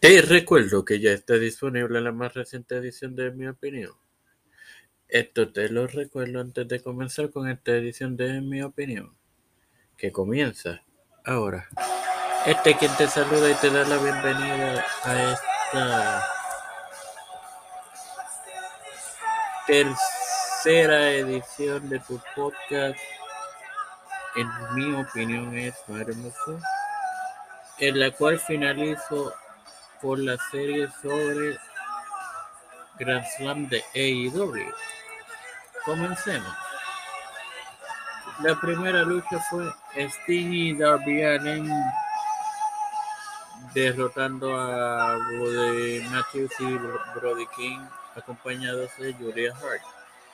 Te recuerdo que ya está disponible la más reciente edición de Mi Opinión. Esto te lo recuerdo antes de comenzar con esta edición de Mi Opinión, que comienza ahora. Quien te saluda y te da la bienvenida a esta tercera edición de tu podcast. En mi opinión es hermoso, en la cual finalizo con la serie sobre Grand Slam de AEW. Comencemos. La primera lucha fue Sting y Darby Allin derrotando a Buddy Matthews y Brody King, acompañados de Julia Hart.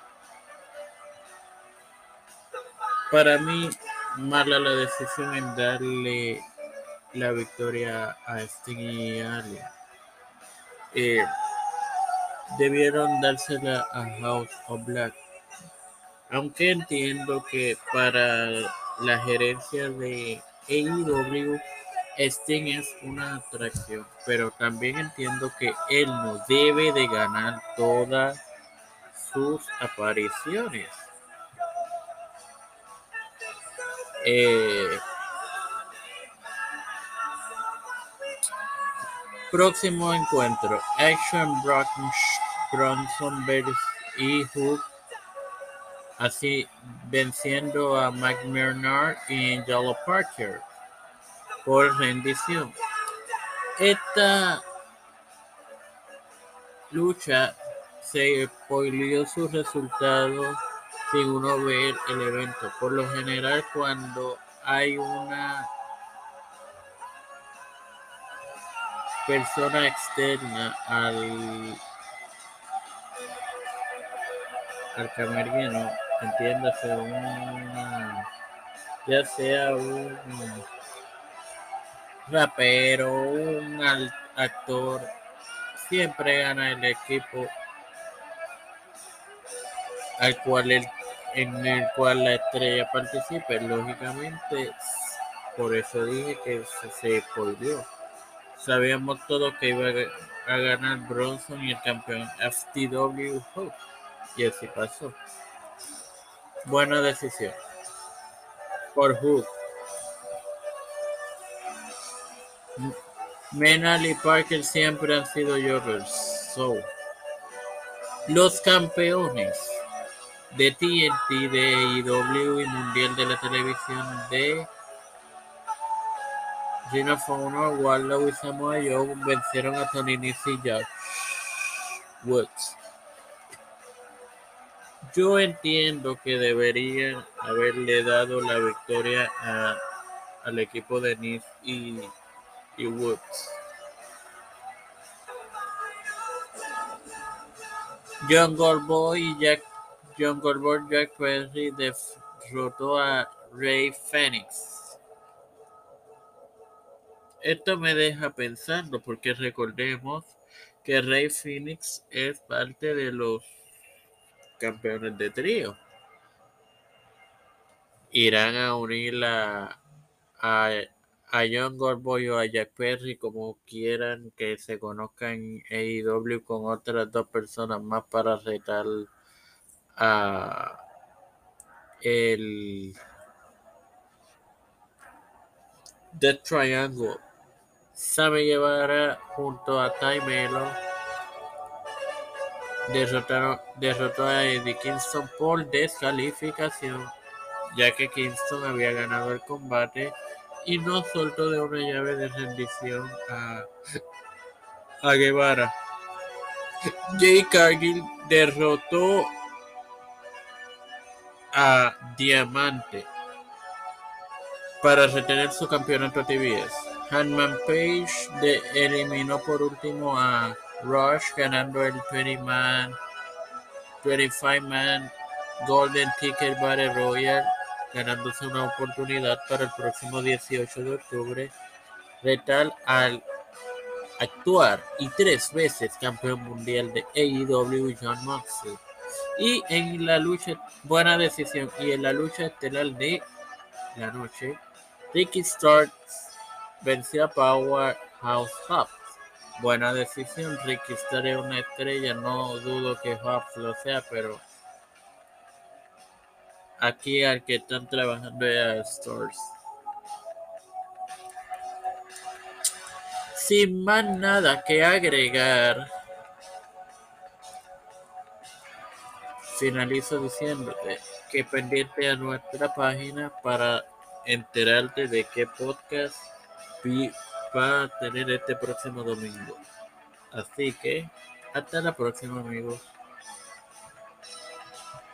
Para mí, mala la decisión en darle la victoria a Sting y Allin. Debieron dársela a House of Black. Aunque entiendo que para la gerencia de AEW Sting es una atracción, pero también entiendo que él no debe de ganar todas sus apariciones. Eh, Próximo encuentro, Action Bronson vs. E-Hook, así venciendo a McMurray y Angelo Parker por rendición. Esta lucha se spoileó sus resultados sin uno ver el evento. Por lo general, cuando hay una persona externa al camerino, entiéndase, ya sea un rapero, un actor, siempre gana el equipo en el cual la estrella participe. Lógicamente, por eso dije que se spoileó. Sabíamos todos que iba a ganar Bronson y el campeón FTW Hook, y así pasó. Buena decisión por Hook. Menal y Parker siempre han sido joggers. Los campeones de TNT, de AEW y Mundial de la Televisión de Ring of Honor, Wardlow y Samoa Joe vencieron a Tony Nese y Josh Woods. Yo entiendo que deberían haberle dado la victoria al equipo de Nese y Woods. John Goldberg y Jack Perry derrotó a Rey Fénix. Esto me deja pensando porque recordemos que Rey Fénix es parte de los campeones de trío. Irán a unir a John Goldberg o a Jack Perry, como quieran que se conozcan en AEW, con otras dos personas más para retar a el Death Triangle. Sammy Guevara junto a Ty Melo derrotó a Eddie Kingston por descalificación, ya que Kingston había ganado el combate y no soltó de una llave de rendición a Guevara. Jay Cargill derrotó a Diamante para retener su campeonato TBS. Hangman Page eliminó por último a Rush, ganando el 25-man Golden Ticket Battle Royale, ganándose una oportunidad para el próximo 18 de octubre retar al actual y 3 veces campeón mundial de AEW Jon Moxley. Y en la lucha, buena decisión, y en la lucha estelar de la noche, Ricky Starks venció a Powerhouse Hobbs. Buena decisión, Ricky Starr es una estrella, no dudo que Hobbs lo sea, pero aquí al que están trabajando es a Stores. Sin más nada que agregar, finalizo diciéndote que pendiente a nuestra página para enterarte de qué podcast va a tener este próximo domingo. Así que, hasta la próxima, amigos.